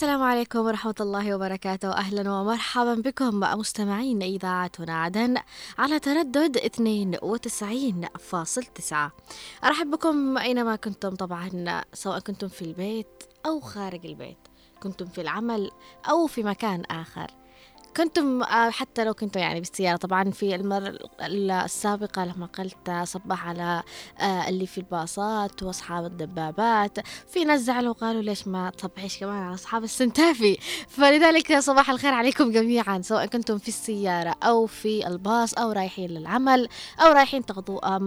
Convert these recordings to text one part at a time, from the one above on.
السلام عليكم ورحمة الله وبركاته. أهلا ومرحبا بكم مستمعين إذاعتنا عدن على تردد 92.9. أرحب بكم أينما كنتم، طبعا سواء كنتم في البيت أو خارج البيت، كنتم في العمل أو في مكان آخر، كنتم حتى لو كنتم يعني بالسيارة. طبعا في المرة السابقة لما قلت صبح على اللي في الباصات وأصحاب الدبابات، في ناس زعلوا وقالوا ليش ما تصبحيش كمان على أصحاب السنتافي. فلذلك صباح الخير عليكم جميعا، سواء كنتم في السيارة أو في الباص أو رايحين للعمل أو رايحين تقضوا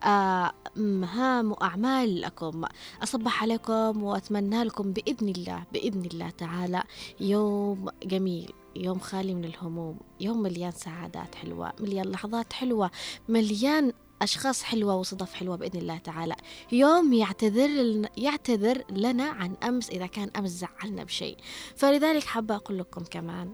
مهام وأعمال لكم. أصبح عليكم وأتمنى لكم بإذن الله تعالى يوم جميل، يوم خالي من الهموم، يوم مليان سعادات حلوة، مليان لحظات حلوة، مليان أشخاص حلوة وصدف حلوة بإذن الله تعالى. يوم يعتذر لنا عن أمس إذا كان أمس زعلنا بشيء. فلذلك حابة أقول لكم كمان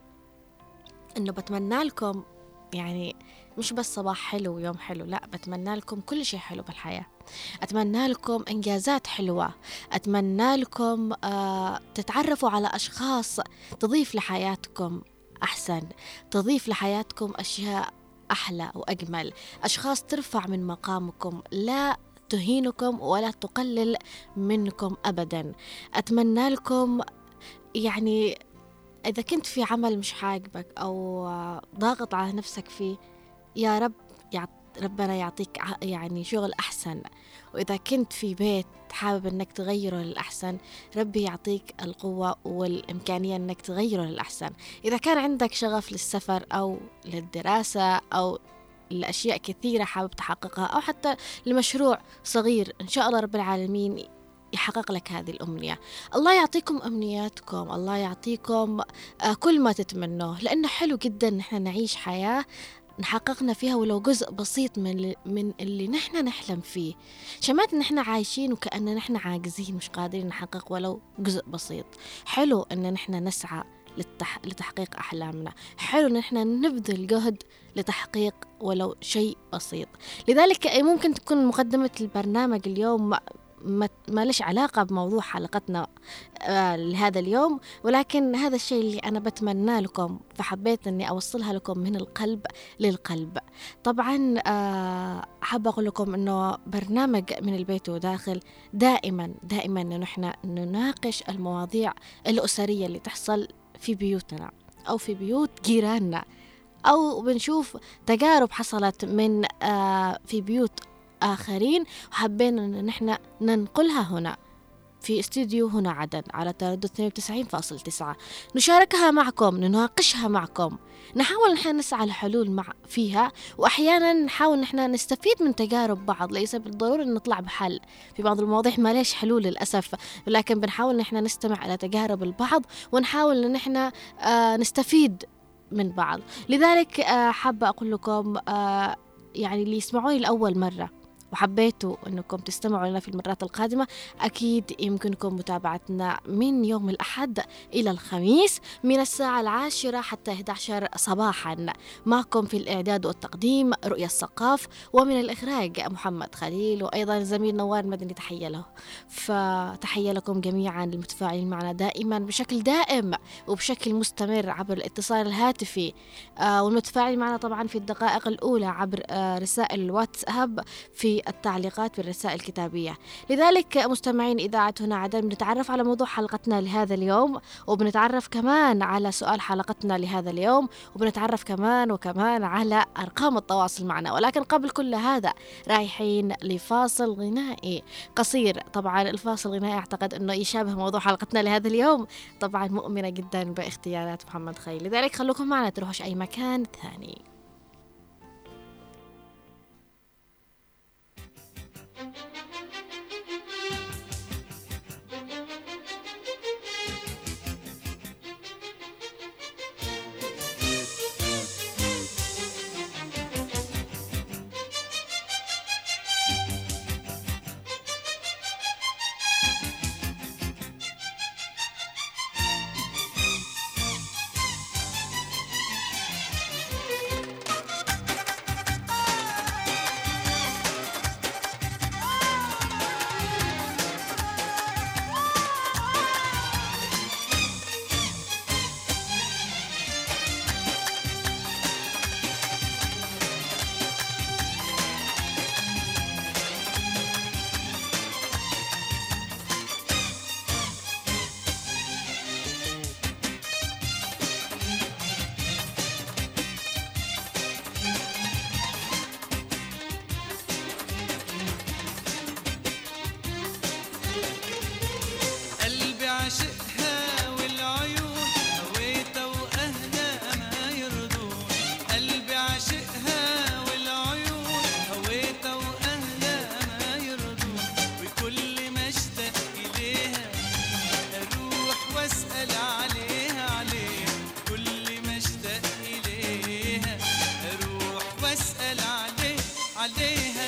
إنه بتمنى لكم يعني مش بس صباح حلو ويوم حلو، لا، بتمنى لكم كل شيء حلو بالحياة. أتمنى لكم إنجازات حلوة، أتمنى لكم تتعرفوا على أشخاص تضيف لحياتكم أحسن، تضيف لحياتكم أشياء أحلى وأجمل، أشخاص ترفع من مقامكم، لا تهينكم ولا تقلل منكم أبدا. أتمنى لكم يعني إذا كنت في عمل مش حاجبك أو ضاغط على نفسك فيه، يا رب ربنا يعطيك يعني شغل أحسن. وإذا كنت في بيت حابب أنك تغيره للأحسن، ربي يعطيك القوة والإمكانية أنك تغيره للأحسن. إذا كان عندك شغف للسفر أو للدراسة أو لأشياء كثيرة حابب تحققها، أو حتى لمشروع صغير، إن شاء الله رب العالمين يحقق لك هذه الأمنية. الله يعطيكم أمنياتكم، الله يعطيكم كل ما تتمنوه، لأنه حلو جدا نحن نعيش حياة نحققنا فيها ولو جزء بسيط من اللي نحن نحلم فيه. شمات نحن عايشين وكأننا نحن عاجزين مش قادرين نحقق ولو جزء بسيط. حلو أن نحن نسعى لتحقيق أحلامنا، حلو أن نحن نبذل جهد لتحقيق ولو شيء بسيط. لذلك ممكن تكون مقدمة البرنامج اليوم ما لش علاقة بموضوع حلقتنا لهذا اليوم، ولكن هذا الشيء اللي أنا بتمنى لكم، فحبيت أني أوصلها لكم من القلب للقلب. طبعا حابة أقول لكم أنه برنامج من البيت وداخل دائما أنه نحن نناقش المواضيع الأسرية اللي تحصل في بيوتنا أو في بيوت جيراننا، أو بنشوف تجارب حصلت من في بيوت آخرين، وحبينا أن نحن ننقلها هنا في استوديو هنا عدن على تردد 92.9، نشاركها معكم، نناقشها معكم، نحاول نحن نسعى لحلول فيها، وأحيانا نحاول نحن نستفيد من تجارب بعض، ليس بالضرورة أن نطلع بحل. في بعض المواضيع ما ليش حلول للأسف، ولكن بنحاول نحن نستمع إلى تجارب البعض ونحاول أن نحن نستفيد من بعض. لذلك حابة أقول لكم يعني اللي يسمعوني لأول مرة وحبيتوا أنكم تستمعوا لنا في المرات القادمة، أكيد يمكنكم متابعتنا من يوم الأحد إلى الخميس من الساعة 10 حتى 11 صباحا. معكم في الإعداد والتقديم رؤية الثقاف، ومن الإخراج محمد خليل، وأيضا زميل نوار مدني، تحية له. فتحية لكم جميعا المتفاعلين معنا دائما بشكل دائم وبشكل مستمر عبر الاتصال الهاتفي، والمتفاعلين معنا طبعا في الدقائق الأولى عبر رسائل الواتساب، في التعليقات بالرسائل الكتابية. لذلك مستمعين إذاعة هنا عدن، بنتعرف على موضوع حلقتنا لهذا اليوم، وبنتعرف كمان على سؤال حلقتنا لهذا اليوم، وبنتعرف كمان على أرقام التواصل معنا. ولكن قبل كل هذا رايحين لفاصل غنائي قصير. طبعا الفاصل الغنائي أعتقد أنه يشابه موضوع حلقتنا لهذا اليوم، طبعا مؤمنة جدا باختيارات محمد خليل، لذلك خلوكم معنا، تروحوش أي مكان ثاني.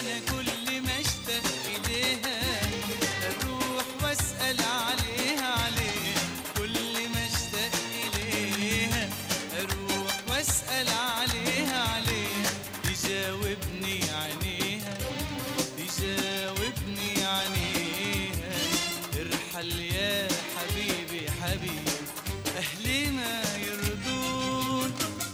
أنا كل ما اشتاق إليها أروح وأسأل عليها عليها، كل ما اشتاق إليها أروح وأسأل عليها عليها، تجاوبني عينيها تجاوبني عينيها. ارحل يا حبيبي حبيبي أهلي ما يرضون.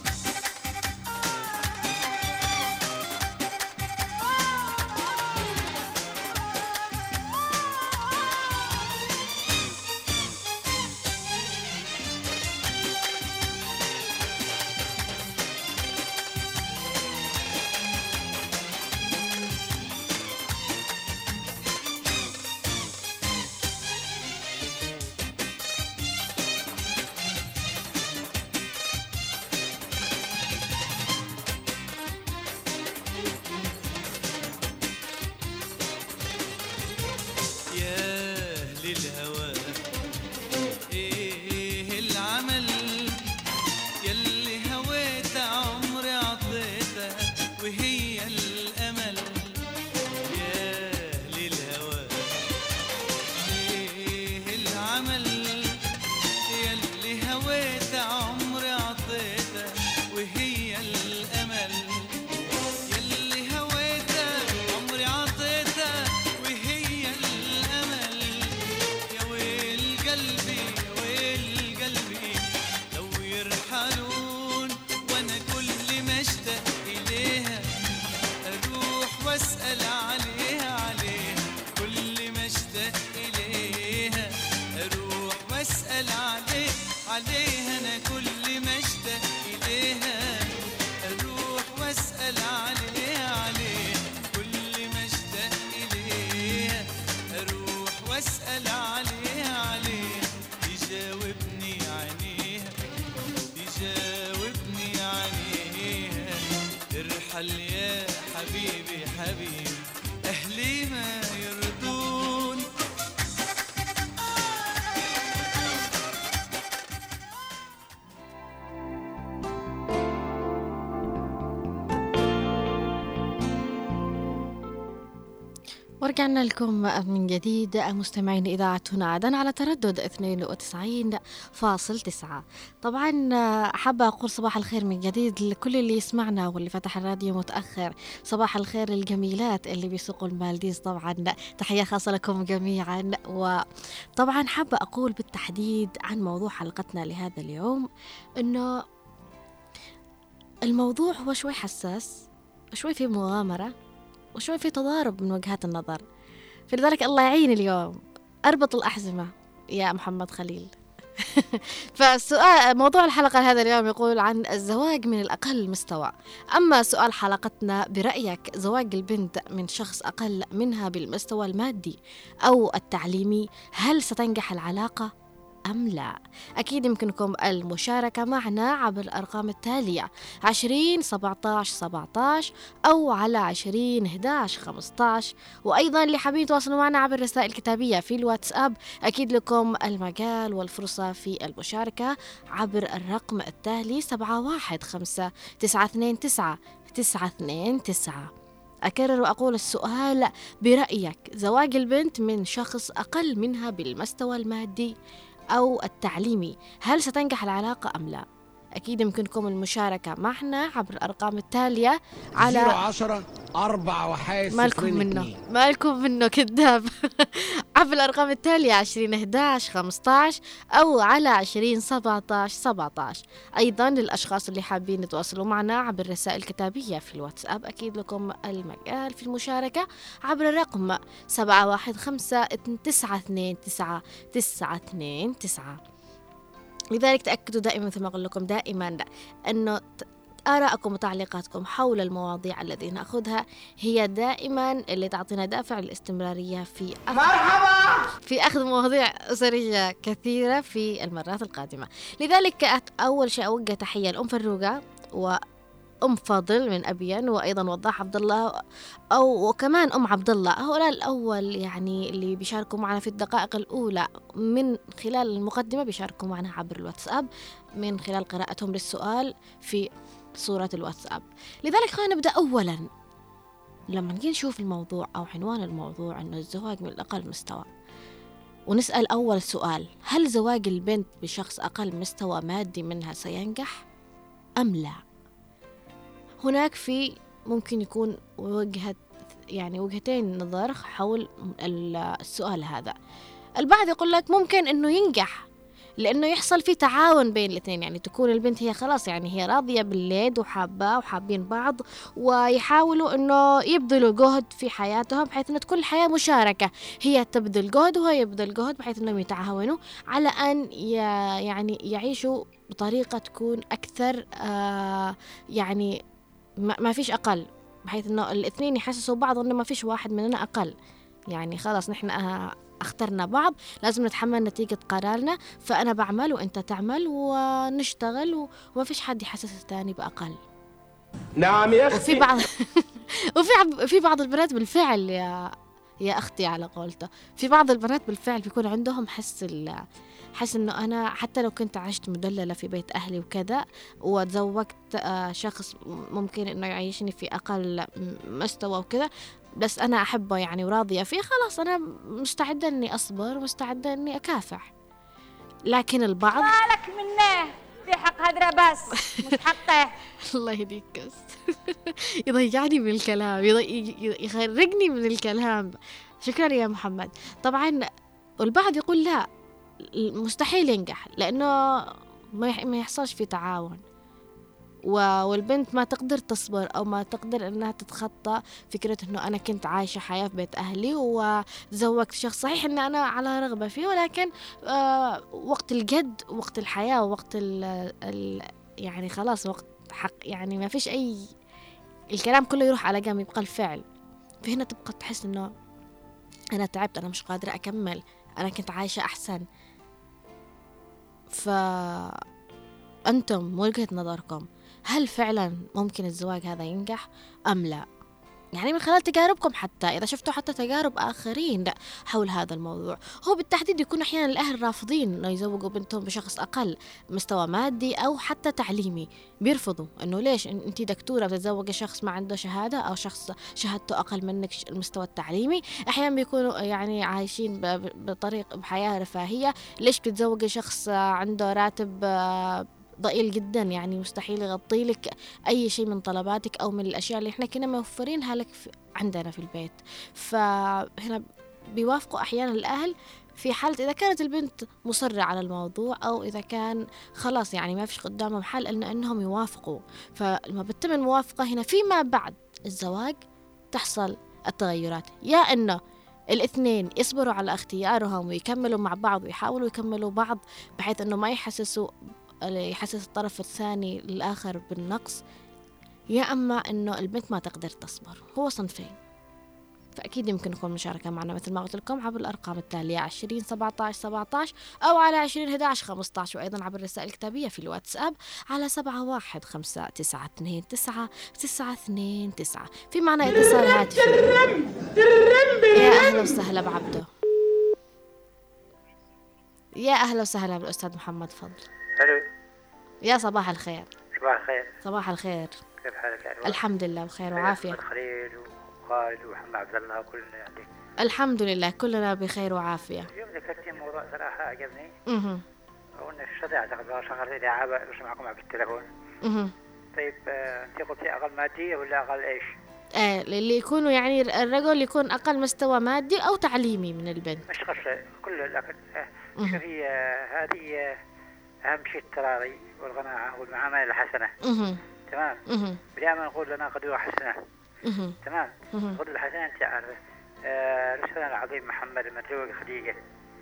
عليها أنا كل ما اشتاق إليها أروح وأسأل عليها عليها، كل ما اشتاق إليها أروح وأسأل عليها عليها، تجاوبني عينيها تجاوبني عينيها. ارحل يا حبيبي حبيبي أهلي ما يرضون. ورجعنا لكم من جديد مستمعين إذاعة هنا عدن على تردد 92.9. طبعا حابة أقول صباح الخير من جديد لكل اللي يسمعنا واللي فتح الراديو متأخر. صباح الخير للجميلات اللي بيسوقوا المالديز، طبعا تحية خاصة لكم جميعا. وطبعا حابة أقول بالتحديد عن موضوع حلقتنا لهذا اليوم، إنه الموضوع هو شوي حساس، شوي في مغامرة، وشوي في تضارب من وجهات النظر، فلذلك الله يعين اليوم أربط الأحزمة يا محمد خليل. فالسؤال موضوع الحلقة هذا اليوم يقول عن الزواج من الأقل مستوى. أما سؤال حلقتنا، برأيك زواج البنت من شخص أقل منها بالمستوى المادي أو التعليمي هل ستنجح العلاقة أم لا؟ أكيد يمكنكم المشاركة معنا عبر الأرقام التالية 20-17-17 أو على 20-11-15. وأيضا اللي حابين يتواصلوا معنا عبر الرسائل الكتابية في الواتساب أكيد لكم المجال والفرصة في المشاركة عبر الرقم التالي 715-929-929. أكرر وأقول السؤال، برأيك زواج البنت من شخص أقل منها بالمستوى المادي أو التعليمي هل ستنجح العلاقة أم لا؟ أكيد يمكنكم المشاركة معنا عبر الأرقام التالية على 010-4 مالكم منه كذاب. عبر الأرقام التالية 20-11-15 أو على 20-17-17. أيضا للأشخاص اللي حابين يتواصلوا معنا عبر الرسائل الكتابية في الواتساب أكيد لكم المجال في المشاركة عبر الرقم 715-929-929. لذلك تأكدوا دائما مثل ما أقول لكم دائما أنه آراءكم وتعليقاتكم حول المواضيع التي نأخذها هي دائما اللي تعطينا دافع الاستمرارية في أخذ مواضيع أسرية كثيرة في المرات القادمة. لذلك أول شيء أوجه تحية لأم فروقة وأم فاضل من أبين، وأيضا وضاح عبد الله وكمان أم عبد الله. هؤلاء الأول يعني اللي بيشاركوا معنا في الدقائق الأولى من خلال المقدمة بيشاركوا معنا عبر الواتساب من خلال قراءتهم للسؤال في صورة الواتساب. لذلك خلينا نبدأ أولا لما نجي نشوف الموضوع أو عنوان الموضوع إنه الزواج من الأقل مستوى، ونسأل أول سؤال: هل زواج البنت بشخص أقل مستوى مادي منها سينجح أم لا؟ هناك ممكن يكون وجهتين نظر حول السؤال هذا. البعض يقول لك ممكن إنه ينجح لأنه يحصل فيه تعاون بين الاثنين، يعني تكون البنت هي خلاص يعني هي راضية بالليد وحابة وحابين بعض، ويحاولوا إنه يبذلوا جهد في حياتهم بحيث إنه تكون الحياة مشاركة، هي تبذل جهد وهو يبذل جهد بحيث إنهم يتعاونوا على أن يعني يعيشوا بطريقة تكون أكثر يعني ما فيش أقل، بحيث إنه الاثنين يحسسوا بعض إنه ما فيش واحد مننا أقل، يعني خلاص نحن اخترنا بعض، لازم نتحمل نتيجة قرارنا، فأنا بعمل وأنت تعمل ونشتغل وما فيش حد يحسس الثاني بأقل. نعم يا وفي بعض في بعض البنات بالفعل يا أختي على قولته، في بعض البنات بالفعل بيكون عندهم حس إنه أنا حتى لو كنت عشت مدللة في بيت أهلي وكذا وتزوجت شخص ممكن إنه يعيشني في أقل مستوى وكذا، بس أنا أحبه يعني وراضية فيه، خلاص أنا مستعدة إني أصبر ومستعدة إني أكافح. لكن البعض مالك منه في حق هدرة بس مش حقه. الله يهديك يضيعني من الكلام، يخرجني من الكلام. شكرا يا محمد. طبعا والبعض يقول لا، مستحيل ينجح لأنه ما يحصلش في تعاون، والبنت ما تقدر تصبر أو ما تقدر أنها تتخطى فكرة أنه أنا كنت عايشة حياة في بيت أهلي وتزوجت شخص، صحيح أن أنا على رغبة فيه، ولكن وقت الجد وقت الحياة ووقت يعني خلاص وقت حق، يعني ما فيش أي، الكلام كله يروح على جنب، يبقى الفعل. فهنا تبقى تحس أنه أنا تعبت، أنا مش قادرة أكمل، أنا كنت عايشة أحسن. فأنتم وجهة نظركم، هل فعلا ممكن الزواج هذا ينجح أم لا؟ يعني من خلال تجاربكم، حتى إذا شفتوا حتى تجارب آخرين حول هذا الموضوع. هو بالتحديد يكون أحيانا الأهل رافضين أنه يزوجوا بنتهم بشخص أقل مستوى مادي أو حتى تعليمي، بيرفضوا أنه ليش أنت دكتورة بتتزوجي شخص ما عنده شهادة أو شخص شهادته أقل منك المستوى التعليمي. أحيانا بيكونوا يعني عايشين بحياة رفاهية، ليش بتتزوجي شخص عنده راتب ضئيل جدا، يعني مستحيل يغطي لك أي شيء من طلباتك أو من الأشياء اللي إحنا كنا موفرينها لك عندنا في البيت. فهنا بيوافقوا أحيانا الأهل في حالة إذا كانت البنت مصرة على الموضوع، أو إذا كان خلاص يعني ما فيش قدامهم حل أنهم يوافقوا. فلما بتتم الموافقة هنا فيما بعد الزواج تحصل التغيرات، يا أنه الاثنين يصبروا على اختيارهم ويكملوا مع بعض ويحاولوا يكملوا بعض بحيث أنه ما يحسس الطرف الثاني الآخر بالنقص، يا أما أنه البنت ما تقدر تصبر. هو صنفين. فأكيد يمكن يكون مشاركة معنا مثل ما قلت لكم عبر الأرقام التالية 20 17 17 أو على 20 11 15، وأيضا عبر الرسائل الكتابية في الواتساب على 715929 في معنا اتصال هاتفي. يا أهلا وسهلا بعبده. يا أهلا وسهلا بالأستاذ محمد فضل. الو. يا صباح الخير. صباح الخير. صباح الخير. كيف حالك يعني؟ الحمد لله بخير وعافية. خليل وخالد ومحمد عبد الله وكلنا يعني. الحمد لله كلنا بخير وعافية. اليوم ذكرتي موضوع صراحة عجبني. وإن الشرع أعتقد شغل إذاعة بسمعكم على التليفون. طيب أنت قلتي أقل مادية ولا أقل إيش؟ اللي يكونوا يعني الرجل يكون أقل مستوى مادي أو تعليمي من البنت. مش قصة كل لكن شوفي هذه أهم شيء التراضي والقناعة والمعاملة الحسنة. تمام. دائما نقول لنا قدوة حسنة. تمام. القدوة الحسنة أنت عارفة رسولنا العظيم محمد المتزوج خديجة.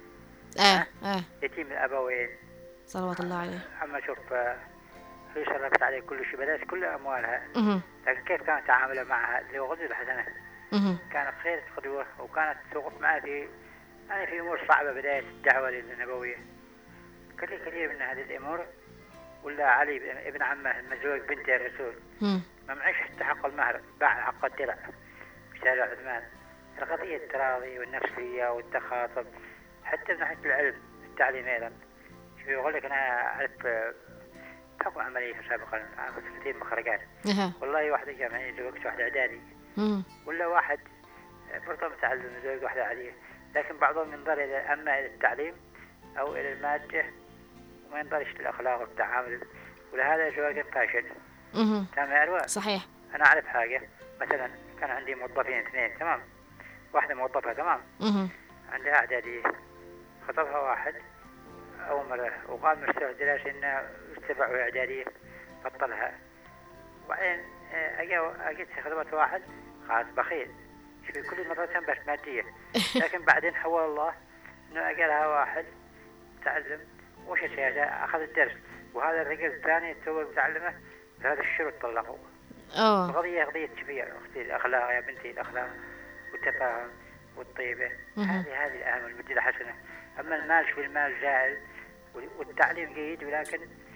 يتيم الأبوين صلوات الله عليه. أما شوف هي شرفت عليه كل شيء، بلاش كل أموالها. لكن كيف كانت تعامله معها اللي هو قدوة الحسنة. كانت خير قدوة، وكانت توقف معها في أمور صعبة بداية الدعوة النبوية. كثير من هذه الأمور. ولا علي ابن عمه المزوج بنت الرسول ما معيش حتى حق المهر، باع حق الدرع في شارع عثمان. القضية التراضي والنفسية والتخاطب حتى من ناحية العلم التعليم أيضا. شوف يقول لك أنا أعرف بحكم عملية سابقا عملت كثير مخرجات. والله واحدة جامعية زوجت واحدة إعدادي ولا واحد برضه متعلم زوج واحدة عادية، لكن بعضهم ينظر إلى أما إلى التعليم أو إلى المادة وما ينظرش للأخلاق والتعامل، ولهذا زواج فاشل. تمام يا أروى؟ صحيح. أنا أعرف حاجة، مثلا كان عندي موظفين اثنين، تمام، واحدة موظفة، تمام، عندها إعدادية، خطبها واحد أول مرة وقال مستوى دراسي إنه اتبعوا إعدادية، بطلها، وبعدين أجيت خطبت واحد خلاص بخيل، في كل مرة بس مادية، لكن بعدين حول الله إنه أجلها واحد تعلم وش السياسة، أخذ الدرس، وهذا الرجل الثاني تو متعلمه بهذا الشرط طلقوا. القضية قضية كبيرة أختي، الأخلاق يا بنتي، الأخلاق والتفاهم والطيبة، هذه الأهم، المدينة حسنة. أما المال في المال زائل، والتعليم جيد ولكن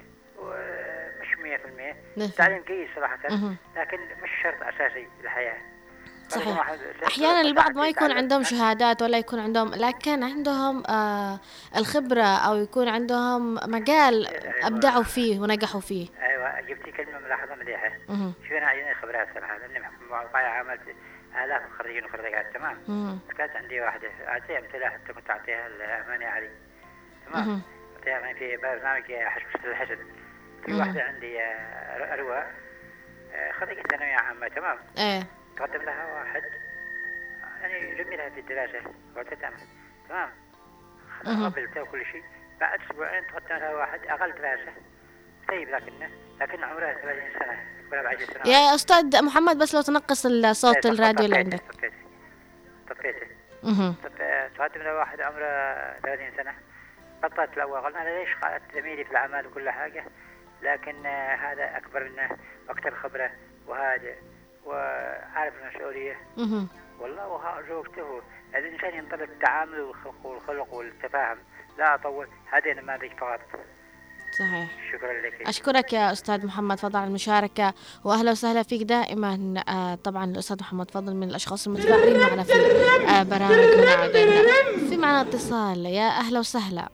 مش 100%. التعليم جيد صراحة، لكن مش شرط أساسي للحياة. صحيح. أحيانا البعض ما يكون عندهم شهادات ولا يكون عندهم، لكن عندهم الخبرة أو يكون عندهم مجال أبدعوا فيه ونجحوا فيه. أيوة، جبتي كلمة ملاحظة مليحة. شوف أنا عندي خبرات صراحة، لأني عملت آلاف الخريجين وخريجات، تمام. كانت عندي واحدة أعطيها أمثلة، حتى كنت أعطيها الأمانة علي، تمام. أعطيها في برنامج حسب الحسد. في واحدة عندي أروى خريجة ثانوية عامة، تمام. تقدم لها واحد يعني جميلها في الدراسة وتتعمل، تمام، قبلتها وكل شيء. بعد أسبوعين تقدم لها واحد أقل دراسة طيب، لكن عمرها 30 سنة، أكبرها ب10 سنوات. يا أستاذ محمد بس لو تنقص الصوت الراديو اللي عندك. طفيته. تقدم لها واحد عمره 30 سنة، بطلت الأول، قلنا لها ليش؟ قالت زميلي في الأعمال وكل حاجة، لكن هذا أكبر منه وأكثر خبرة وهذا وعارف المسؤولية. والله وزوجته، الإنسان ينطلب التعامل والخلق والتفاهم، لا أطول، هذه نماذج فقط. صحيح. شكرا لك. أشكرك يا أستاذ محمد فضل على المشاركة، وأهلا وسهلا فيك دائما. طبعا الأستاذ محمد فضل من الأشخاص المتفاعلين معنا في برامج منعدنا. في معنا اتصال، يا أهلا وسهلا.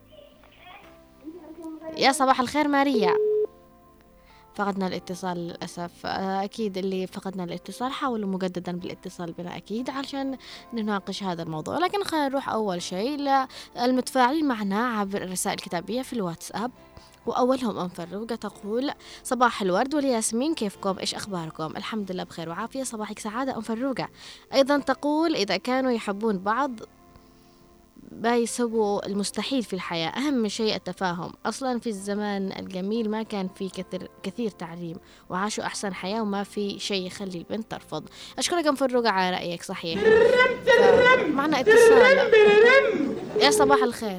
يا صباح الخير ماريا. فقدنا الاتصال للأسف. أكيد اللي فقدنا الاتصال حاولوا مجددا بالاتصال بنا أكيد علشان نناقش هذا الموضوع، لكن خلينا نروح أول شيء للمتفاعلين معنا عبر الرسائل الكتابية في الواتساب. وأولهم أم فروقة تقول: صباح الورد والياسمين، كيفكم؟ إيش أخباركم؟ الحمد لله بخير وعافية، صباحك سعادة أم فروقة. أيضا تقول: إذا كانوا يحبون بعض بيسووا المستحيل في الحياة، أهم شيء التفاهم، أصلا في الزمان الجميل ما كان في كثير تعليم، وعاشوا أحسن حياة وما في شيء يخلي البنت ترفض. أشكرك أم فروقة على رأيك، صحيح. معنا اتصال، يا صباح الخير.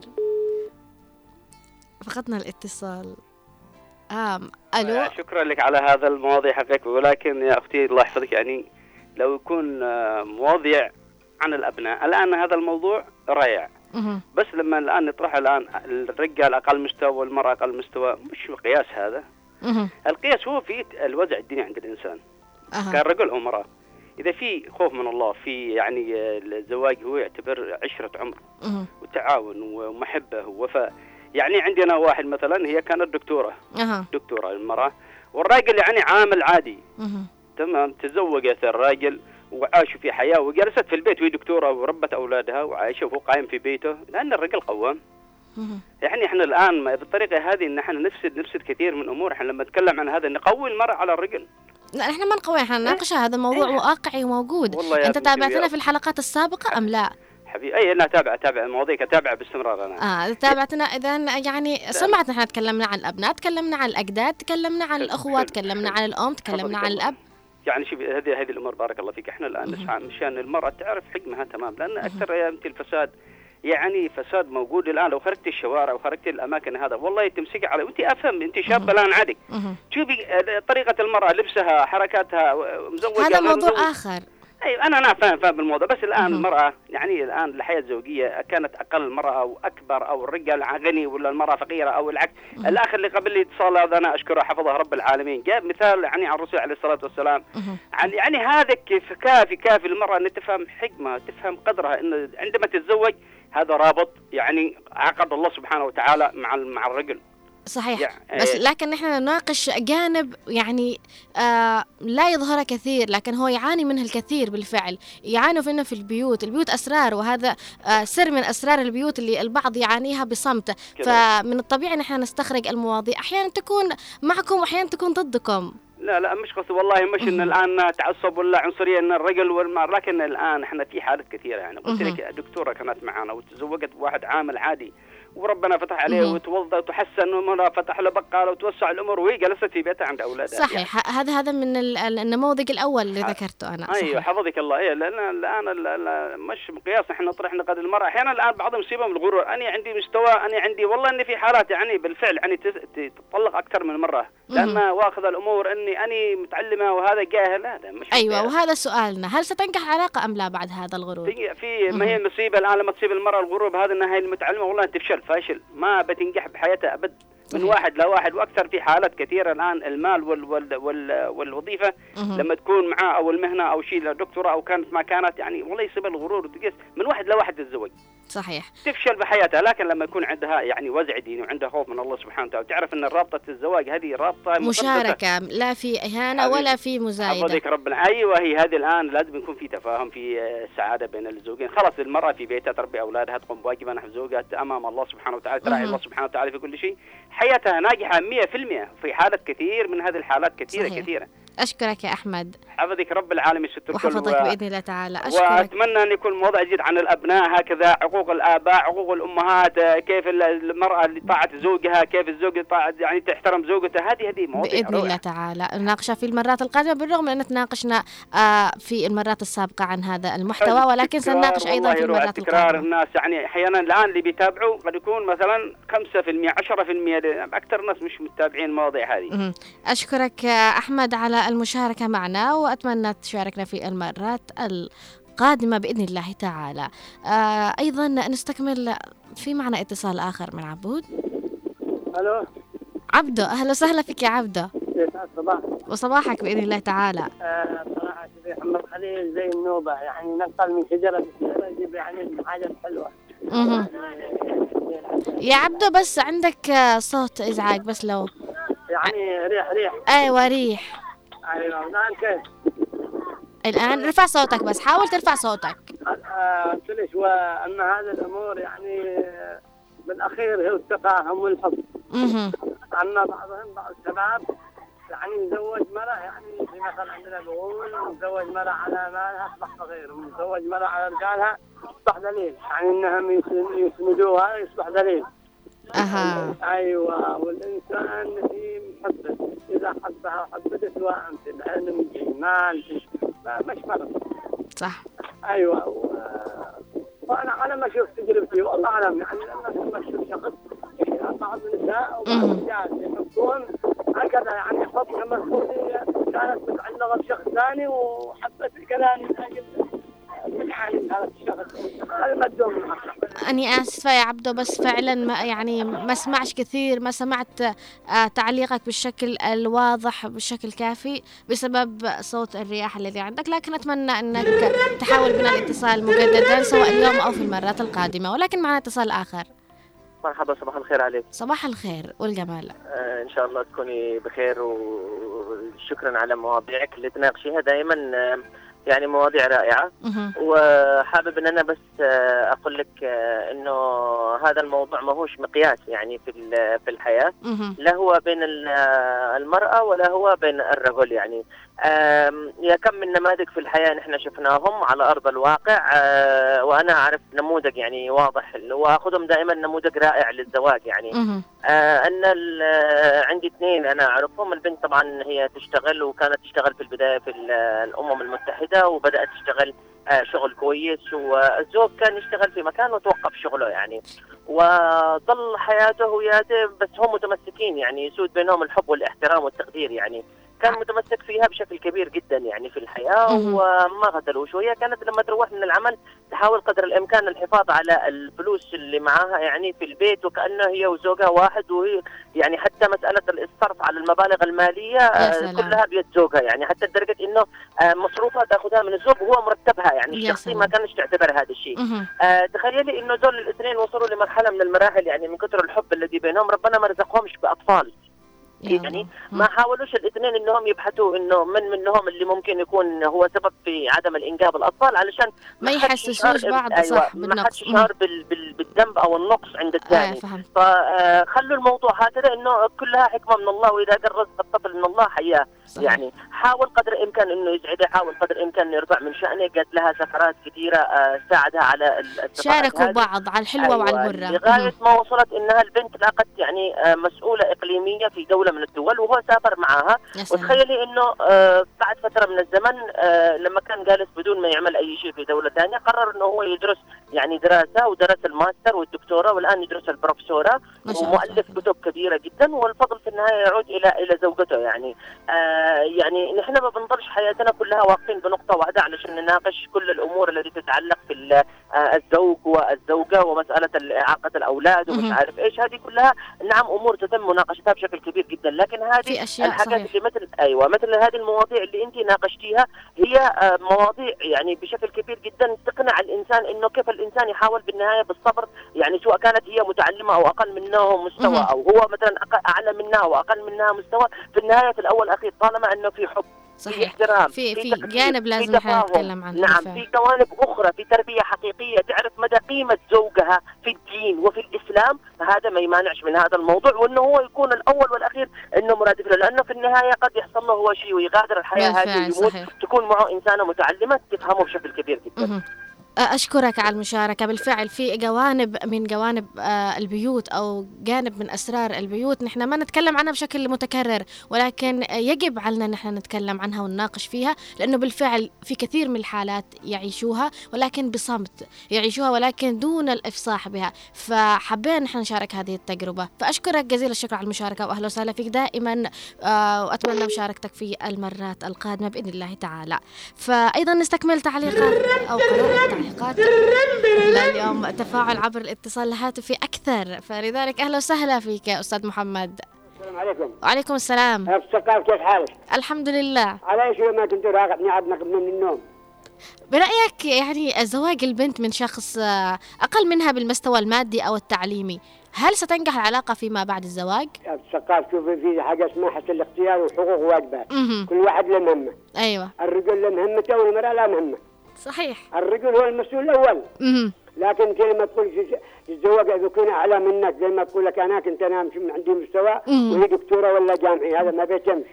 فقدنا الاتصال. ألو. شكرا لك على هذا المواضيع حقك، ولكن يا أختي الله يحفظك، يعني لو يكون مواضيع عن الأبناء، الآن هذا الموضوع رائع، بس لما الآن نطرح الآن الرجال أقل مستوى والمرأة أقل مستوى، مش مقياس هذا. القياس هو في الوضع الديني عند الإنسان، كان رجل أو مرأة. إذا في خوف من الله، في يعني الزواج هو يعتبر عشرة عمر وتعاون ومحبة ووفاء. يعني عندنا واحد مثلا هي كانت دكتورة المرأة، والراجل يعني عامل عادي، تمام، تزوجت الراجل وعاشوا في حياة وجلست في البيت وهي دكتورة وربت أولادها وعايشة وهو قائم في بيته، لأن الرجل قوام. يعني إحنا الآن بالطريقة هذه إن إحنا نفسد كثير من أمور. إحنا لما نتكلم عن هذا نقوي المرأة على الرجل. لا إحنا ما نقوي، إحنا نناقش هذا الموضوع واقعي وموجود. أنت تابعتنا في الحلقات السابقة أم لا؟ حبيبي أي أنا تابع مواضيع، أتابع باستمرار أنا. تابعتنا إذا، يعني سمعت إحنا تكلمنا عن الأبناء، تكلمنا عن الأجداد، تكلمنا عن الأخوات، تكلمنا عن الأم، تكلمنا عن الأب. يعني شوف هذه الأمور بارك الله فيك، إحنا الآن نسعى مشان المرأة تعرف حجمها، تمام، لأن أكثر يا بنتي الفساد، يعني فساد موجود الآن. لو خرجت الشوارع وخرجت الأماكن هذا والله تمسك على، وأنت أفهم أنت شابة الآن عادي، شوفي طريقة المرأة، لبسها، حركاتها، مزوجة، هذا موضوع آخر. أي أنا فاهم الموضوع، بس الآن المرأة يعني الآن الحياة الزوجية كانت أقل المرأة أو أكبر، أو الرجال غني ولا المرأة فقيرة أو العكس. الآخر اللي قبل لي اتصال هذا أنا أشكره حفظه رب العالمين، جاب مثال يعني عن الرسول عليه الصلاة والسلام، يعني هذا كيف كافي المرأة أن تفهم حكمها، تفهم قدرها، إن عندما تتزوج هذا رابط، يعني عقد الله سبحانه وتعالى مع الرجل، صحيح يعني بس لكن نحن نناقش جانب يعني لا يظهر كثير، لكن هو يعاني منه الكثير بالفعل. يعانوا منه في البيوت أسرار، وهذا سر من أسرار البيوت اللي البعض يعانيها بصمت. فمن الطبيعي نحن نستخرج المواضيع، أحيانا تكون معكم وأحيانا تكون ضدكم. لا مش قصدي والله، مش ان الان تعصب ولا عنصريه ان الرجل والمرأة، لكن الان احنا في حالات كثيره. يعني قلت لك دكتوره كانت معنا وتزوجت بواحد عامل عادي، وربنا فتح عليه وتوظف وتحسن ومرة فتح له بقاله وتوسع الامور، وهي جلست في بيتها عند اولادها. صحيح يعني. هذا من النموذج الاول اللي ذكرته انا. ايوه حفظك الله. ايه لان الان مش مقياس احنا نطرح نقد المراه. احيانا الان بعضهم يصيبهم الغرور، انا عندي مستوى، انا عندي والله اني في حالات يعني بالفعل يعني تطلق اكثر من مره لان واخذ الامور اني متعلمه وهذا جاهل. هذا مش ايوه مقياس. وهذا سؤالنا، هل ستنجح علاقه ام لا بعد هذا الغرور؟ في ما هي المصيبه الان لما تصيب المراه الغرور بهذا انها هي المتعلمه والله تفشل فاشل، ما بتنجح بحياتها ابد. من واحد لواحد، واكثر في حالات كثيره الان المال والوظيفه لما تكون معاه او المهنه او شيء دكتوره او كانت ما كانت يعني والله يصيب الغرور وتقيس من واحد لواحد تتزوج. صحيح تفشل بحياتها. لكن لما يكون عندها يعني وزع ديني وعندها خوف من الله سبحانه وتعالى، تعرف ان رابطه الزواج هذه رابطه مشاركه، لا في اهانه ولا في مزايده. حفظك ربنا. ايوه هي هذه الان لازم يكون في تفاهم، في سعاده بين الزوجين. خلاص المراه في بيتها تربي اولادها، تقوم بواجبها نحو زوجها امام الله سبحانه وتعالى، تراعي الله سبحانه وتعالى في كل شيء. حياتها ناجحه 100% في حالات كثير من هذه الحالات كثيره. صحيح. كثيره. أشكرك يا أحمد، حفظك رب العالمين ستر وحفظك بإذن الله تعالى. أشكرك. وأتمنى أن يكون موضوع جديد عن الأبناء هكذا، حقوق الآباء، حقوق الأمهات، كيف المرأة اللي طاعت زوجها، كيف الزوج طاعت يعني تحترم زوجته. هذه مواضيع بإذن الله تعالى نناقشها في المرات القادمة، بالرغم أن تناقشنا في المرات السابقة عن هذا المحتوى، ولكن سنناقش أيضا في المرات القادمة. تكرار الناس يعني أحيانا الآن اللي بيتابعوا قد يكون مثلا 5% 10%، أكثر الناس مش متابعين المواضيع هذه. أشكرك أحمد على المشاركة معنا، وأتمنى تشاركنا في المرات القادمة بإذن الله تعالى. أيضا نستكمل في معنا اتصال آخر من عبود. ألو عبدو، أهلا وسهلا فيك يا عبدو. صباح وصباحك بإذن الله تعالى. صراحة شيخ محمد خليل زي النوبة، يعني ننقل من شجرة لشجرة يجيب يعني حاجة حلوة. يا عبدو بس عندك صوت إزعاج، بس لو يعني ريح. أيوة ريح. أيوة الآن كيف؟ الآن رفع صوتك، بس حاول ترفع صوتك. قلت ليش وأن هذه الأمور يعني بالأخير هو التفاهم والحب. أن بعض الشباب يعني مزوج مرة، يعني في مثل عندنا بقول مزوج مرة على مالها أصبح فقير، مزوج مرة على رجالها أصبح دليل، يعني إنهم يسندوها يصبح دليل. أيوة. والإنسان في محبة، إذا حبها وحبته سواء في العلم في المال مش فرق. صح. أيوة. وأنا على ما شفت تجربتي والله أعلم، يعني لما أشوف شخص بعض النساء وبعض الرجال يحبون هكذا، يعني حب مسؤولية كانت متعلقة بشخص ثاني وحبت الكلام من أجل هذا الشخص. هذا ما تدوم. أني آسفة يا عبدو، بس فعلا ما سمعش كثير، ما سمعت تعليقك بالشكل الواضح بالشكل الكافي بسبب صوت الرياح الذي عندك، لكن أتمنى أنك تحاول بنا الاتصال مجددا سواء اليوم أو في المرات القادمة. ولكن معنا اتصال آخر. مرحبا، صباح الخير عليك. صباح الخير والجمال. إن شاء الله تكوني بخير، وشكرا على مواضيعك اللي تناقشيها دائما، يعني مواضيع رائعة. وحابب أن أنا بس أقول لك إنه هذا الموضوع ما هوش مقياس يعني في الحياة، لا هو بين المرأة ولا هو بين الرجل. يعني يا كم من نماذج في الحياة نحن شفناهم على أرض الواقع، وأنا أعرف نموذج يعني واضح وأخذهم دائما نموذج رائع للزواج. يعني أن عندي اثنين أنا أعرفهم. البنت طبعا هي تشتغل، وكانت تشتغل في البداية في الأمم المتحدة، وبدأت تشتغل شغل كويس، والزوج كان يشتغل في مكان وتوقف شغله يعني، وظل حياته وياته، بس هم متمسكين يعني يسود بينهم الحب والاحترام والتقدير. يعني كان متمسك فيها بشكل كبير جدا يعني في الحياة وما غدلوش. وهي كانت لما تروح من العمل تحاول قدر الإمكان الحفاظ على الفلوس اللي معاها يعني في البيت، وكأنه هي وزوجها واحد، وهي يعني حتى مسألة الصرف على المبالغ المالية كلها بيد زوجها، يعني حتى لدرجة إنه مصروفها تأخذها من الزوج وهو مرتبها، يعني الشخصي ما كانش تعتبر هذا الشيء. تخيلي إنه دول الاثنين وصلوا لمرحلة من المراحل يعني من كثر الحب الذي بينهم ربنا ما رزقهمش بأطفال. يعني ما حاولوش الاثنين انهم يبحثوا انه من منهم اللي ممكن يكون هو سبب في عدم الانجاب الاطفال، علشان ما يحسسوش بعض صح بالنقص، ما حدش يشعر بالذنب او النقص عند الثاني. فخلوا الموضوع هكذا انه كلها حكمه من الله، واذا قال رزق الطفل من الله حياه. يعني حاول قدر الامكان انه يسعدها، حاول قدر الامكان انه يرفع من شانه، قد لها سفرات كثيره ساعدها على شاركوا بعض على الحلوه وعلى المره، لغايه ما وصلت انها البنت لاقت يعني مسؤوله اقليميه في دوله من الدول وهو سافر معها. وتخيلي انه بعد فتره من الزمن لما كان جالس بدون ما يعمل اي شيء في دوله ثانيه، قرر انه هو يدرس يعني دراسه، ودرس الماستر والدكتوراه، والان يدرس البروفيسوراه، ومؤلف كتب كبيره جدا، والفضل في النهايه يعود الى زوجته. يعني نحن ما بنضلش حياتنا كلها واقفين بنقطه واحده علشان نناقش كل الامور التي تتعلق في الزوج والزوجه ومساله اعاقه الاولاد ومش عارف ايش. هذه كلها نعم امور تتم مناقشتها بشكل كبير جدا، لكن هذه الحاجات اللي مثل هذه المواضيع اللي انت ناقشتيها هي مواضيع يعني بشكل كبير جدا تقنع الانسان انه كيف الانسان يحاول بالنهايه بالصبر، يعني سواء كانت هي متعلمه او اقل منه مستوى، او هو مثلا اعلى منها او اقل منها مستوى، في النهايه في الاول والاخير طالما انه في حب، في احترام، في جانب لازم نتكلم عنه. نعم، في جوانب اخرى، في تربيه حقيقيه، تعرف مدى قيمه زوجها في الدين وفي الاسلام، هذا ما يمانعش من هذا الموضوع، وانه هو يكون الاول والاخير انه مرادف له، لانه في النهايه قد يحصل له هو شيء ويغادر الحياه هذه ويموت، تكون معه انسانه متعلمه تفهمه بشكل كبير جدا. أشكرك على المشاركة. بالفعل في جوانب من جوانب البيوت أو جانب من أسرار البيوت نحن ما نتكلم عنها بشكل متكرر، ولكن يجب علينا نحن نتكلم عنها ونناقش فيها، لأنه بالفعل في كثير من الحالات يعيشوها ولكن بصمت، يعيشوها ولكن دون الإفصاح بها. فحبينا نحن نشارك هذه التجربة، فأشكرك جزيل الشكر على المشاركة، وأهلا وسهلا فيك دائما، وأتمنى مشاركتك في المرات القادمة بإذن الله تعالى. فأيضا نستكمل تعليقات أو قراءة اليوم تفاعل عبر الاتصال الهاتفي أكثر، فلذلك أهلا وسهلا فيك يا أستاذ محمد. السلام عليكم. وعليكم السلام. كيف حالك؟ الحمد لله. على شو ما كنت راقبني عبنك من النوم. برأيك يعني زواج البنت من شخص أقل منها بالمستوى المادي أو التعليمي، هل ستنجح العلاقة فيما بعد الزواج؟ الثقافة شوفي في حاجة اسمها حسن الاختيار وحقوق وواجبات. كل واحد له مهمة. أيوة. الرجل له مهمته والمرأة له مهمة. صحيح. الرجل هو المسؤول الأول. لكن انت لما تقول تتزوج اذا كنا اعلى منك، زي ما تقول لك انا كنت انا عندي مستوى وهي دكتوره ولا جامعي، هذا ما بيتمش.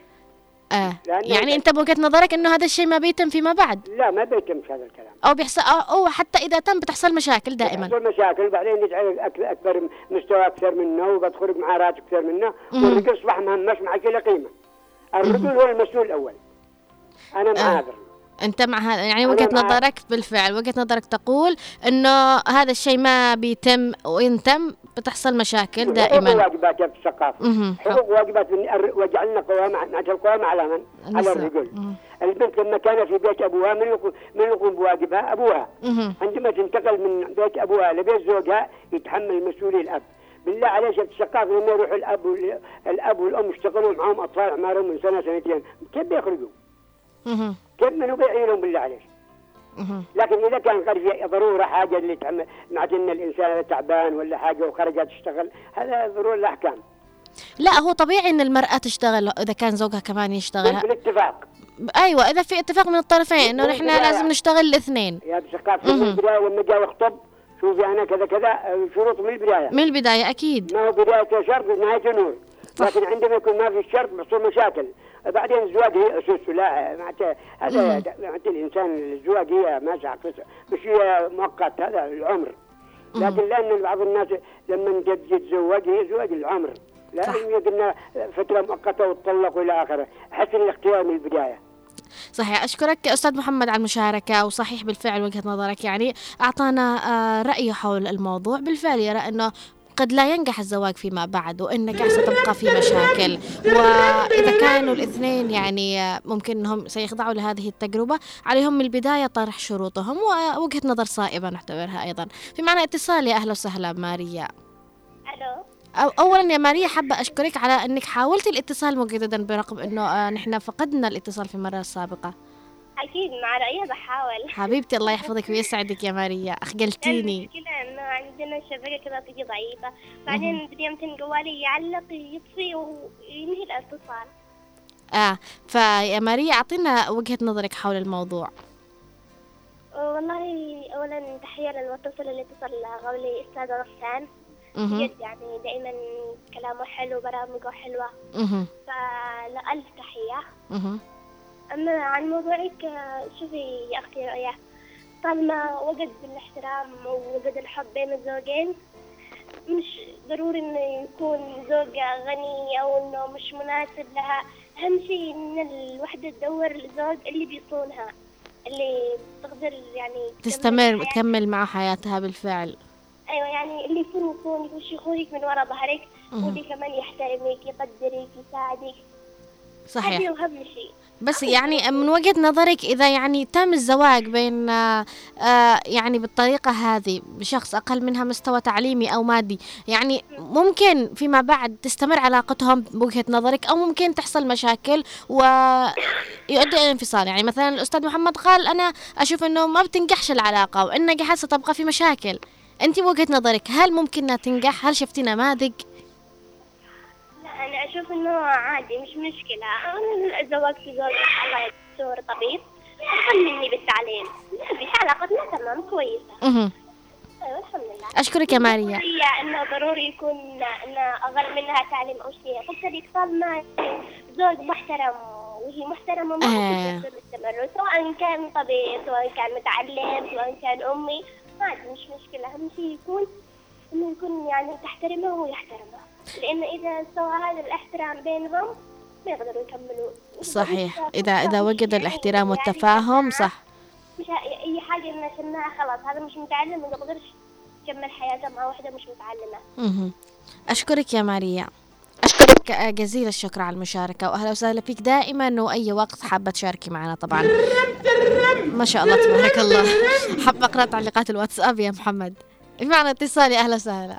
يعني انت بوجهة نظرك انه هذا الشيء ما بيتم فيما بعد؟ لا ما بيتمش هذا الكلام، او بيحصل او حتى اذا تم بتحصل مشاكل دائما. بتحصل مشاكل، وبعدين يجعل اكبر مستوى اكثر منه وبتخرج مع راتب اكثر منه، والرجل اصبح مهمش مع كل قيمه. الرجل هو المسؤول الاول. انا مع هذا. أنت مع هذا يعني وجهة نظرك؟ بالفعل وجهة نظرك تقول إنه هذا الشيء ما بيتم، وإن تم بتحصل مشاكل دائما. حقوق واجبات في الثقافة، حقوق واجبات، وجعلنا قوامة، القوامة على من؟ على الرجل. البنت لما كان في بيت أبوها من يقوم بواجبها؟ أبوها. عندما تنتقل من بيت أبوها لبيت زوجها يتحمل مسؤولية الأب. بالله عليك الثقافة لما يروح الأب والأم يشتغلوا معهم أطفال أعمارهم من سنة سنتين، كيف بيخرجوا؟ كيف منو بيعينهم بالله عليك؟ لكن إذا كان قد في ضرورة حاجة اللي تعمل معناته إن الإنسان تعبان ولا حاجة وخرجت تشتغل، هذا ضرورة الأحكام. لا هو طبيعي إن المرأة تشتغل إذا كان زوجها كمان يشتغل بالاتفاق. أيوة إذا في اتفاق من الطرفين إنه نحن لازم نشتغل الاثنين. يا بثقافة من البداية لما جاء يخطب شوفي أنا كذا كذا شروط من البداية. من البداية أكيد. ما هو بداية شرط ونهاية نور. لكن عندما يكون ما في الشرط بيحصل مشاكل. بعدين الزواج هي أسس، لا معناته هذا معناته الإنسان الزواج هي ماشي مش هي مؤقت، هذا العمر. لكن لأن بعض الناس لما يتزوج هي زواج العمر، لا يقولنا فترة مؤقتة وتطلق إلى آخره. حسن الاختيار من البداية. صحيح. أشكرك أستاذ محمد على المشاركة، وصحيح بالفعل وجهة نظرك يعني أعطانا رأيه حول الموضوع. بالفعل يرى أنه قد لا ينجح الزواج فيما بعد، والنجاح ستبقى في مشاكل. وإذا كانوا الاثنين يعني ممكن أنهم سيخضعوا لهذه التجربة، عليهم من البداية طرح شروطهم، ووجهة نظر صائبة نعتبرها أيضا. في معنا اتصال، يا أهلا وسهلا ماريا. ألو. أولا يا ماريا حابة أشكرك على أنك حاولتي الاتصال مجددا، برغم أنه نحن فقدنا الاتصال في المرة السابقة. أكيد مع رأيي بحاول. حبيبتي الله يحفظك ويسعدك يا ماريا، أخجلتيني. المشكلة إنه عندنا الشبكة كذا تجي ضعيفة، بعدين بدي يمكن جوالي يعلق يطفي وينهي الاتصال. فيا ماريا أعطينا وجهة نظرك حول الموضوع. والله أولا تحية للمتصل اللي اتصل قبلي، أستاذ رسان. جد يعني دائما كلامه حلو، برامجه حلوة. فلألف تحية. أما عن موضوعك، شوفي يا أختي رؤيا، طالما وجد الاحترام ووجد الحب بين الزوجين، مش ضروري إنه يكون زوجة غني أو إنه مش مناسب لها. أهم شيء إن الوحدة تدور الزوج اللي بيصونها، اللي تقدر يعني تستمر تكمل مع حياتها بالفعل. أيوة، يعني اللي يكون يصونك مش يخونك من وراء ظهرك، واللي كمان يحترمك يقدرك يساعدك. صحيح. هذه أهم شيء. بس يعني من وجهة نظرك إذا يعني تم الزواج بين يعني بالطريقة هذه بشخص أقل منها مستوى تعليمي أو مادي، يعني ممكن فيما بعد تستمر علاقتهم بوجهة نظرك، أو ممكن تحصل مشاكل ويؤدي إلى انفصال؟ يعني مثلا الأستاذ محمد قال أنا أشوف أنه ما بتنجحش العلاقة، وإن نجحت ستبقى في مشاكل. أنت بوجهة نظرك هل ممكن أنها تنجح؟ هل شفتي نماذج؟ أنا أشوف إنه عادي، مش مشكلة. أنا الزواج في زوج الله يستر طبيب أقل مني بالتعليم، في علاقتنا تمام كويسة. أيوة الحمد لله. أشكرك يا ماريا. هي إنه ضروري يكون إنه أقل منها تعليم أو شيء، تقدر يتصل مع زوج محترم وهي محترمة ما تقدر تستمر، سواء كان طبيب سواء كان متعلم سواء كان أمي، عادي مش مشكلة. أهم شيء إنه يكون يعني تحترمه ويحترمها، لأن إذا سوى هذا الاحترام بينهم ما يقدروا يكملوا. صحيح. إذا وجد الاحترام والتفاهم. صح. مش أي حاجة إن شفناها خلاص هذا مش متعلم، ما يقدرش يكمل حياته مع واحدة مش متعلمة. أشكرك يا ماريا، أشكرك جزيل الشكر على المشاركة، وأهلا وسهلا فيك دائما، وأي وقت حابة تشاركي معنا طبعا. ما شاء الله تبارك الله. حابة أقرأ تعليقات الواتساب يا محمد. معنا اتصال، يا أهلا وسهلا.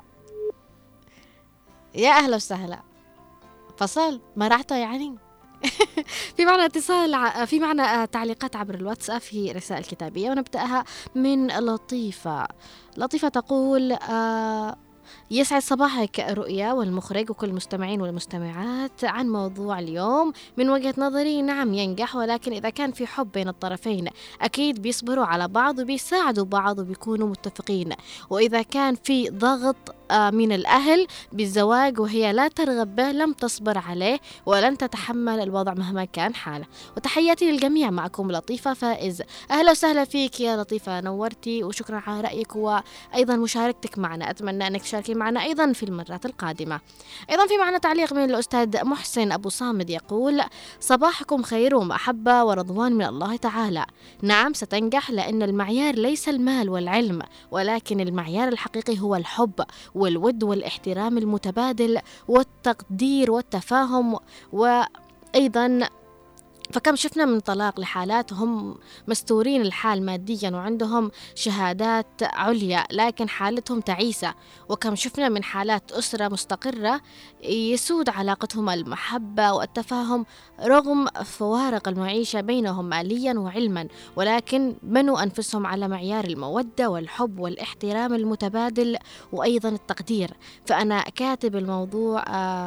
يا أهلا وسهلا. فصل ما رعته يعني. في معنا اتصال، في معنا تعليقات عبر الواتساب في رسائل كتابية، ونبدأها من لطيفة. لطيفة تقول يسعد صباحك رؤيا والمخرج وكل المستمعين والمستمعات. عن موضوع اليوم، من وجهة نظري نعم ينجح، ولكن إذا كان في حب بين الطرفين أكيد بيصبروا على بعض وبيساعدوا بعض وبيكونوا متفقين. وإذا كان في ضغط من الأهل بالزواج وهي لا ترغب به لم تصبر عليه ولن تتحمل الوضع مهما كان حاله. وتحياتي للجميع، معكم لطيفة فائز. أهلا وسهلا فيك يا لطيفة، نورتي وشكرا على رأيك وأيضا مشاركتك معنا. أتمنى أنك تشاركي معنا أيضا في المرات القادمة. أيضا في معنا تعليق من الأستاذ محسن أبو صامد يقول صباحكم خير ومحبة ورضوان من الله تعالى. نعم ستنجح، لأن المعيار ليس المال والعلم، ولكن المعيار الحقيقي هو الحب والود والاحترام المتبادل والتقدير والتفاهم. وأيضا فكم شفنا من طلاق لحالات هم مستورين الحال ماديا وعندهم شهادات عليا لكن حالتهم تعيسة، وكم شفنا من حالات أسرة مستقرة يسود علاقتهم المحبة والتفاهم رغم فوارق المعيشة بينهم ماليا وعلما، ولكن بنوا أنفسهم على معيار المودة والحب والاحترام المتبادل وأيضا التقدير. فأنا كاتب الموضوع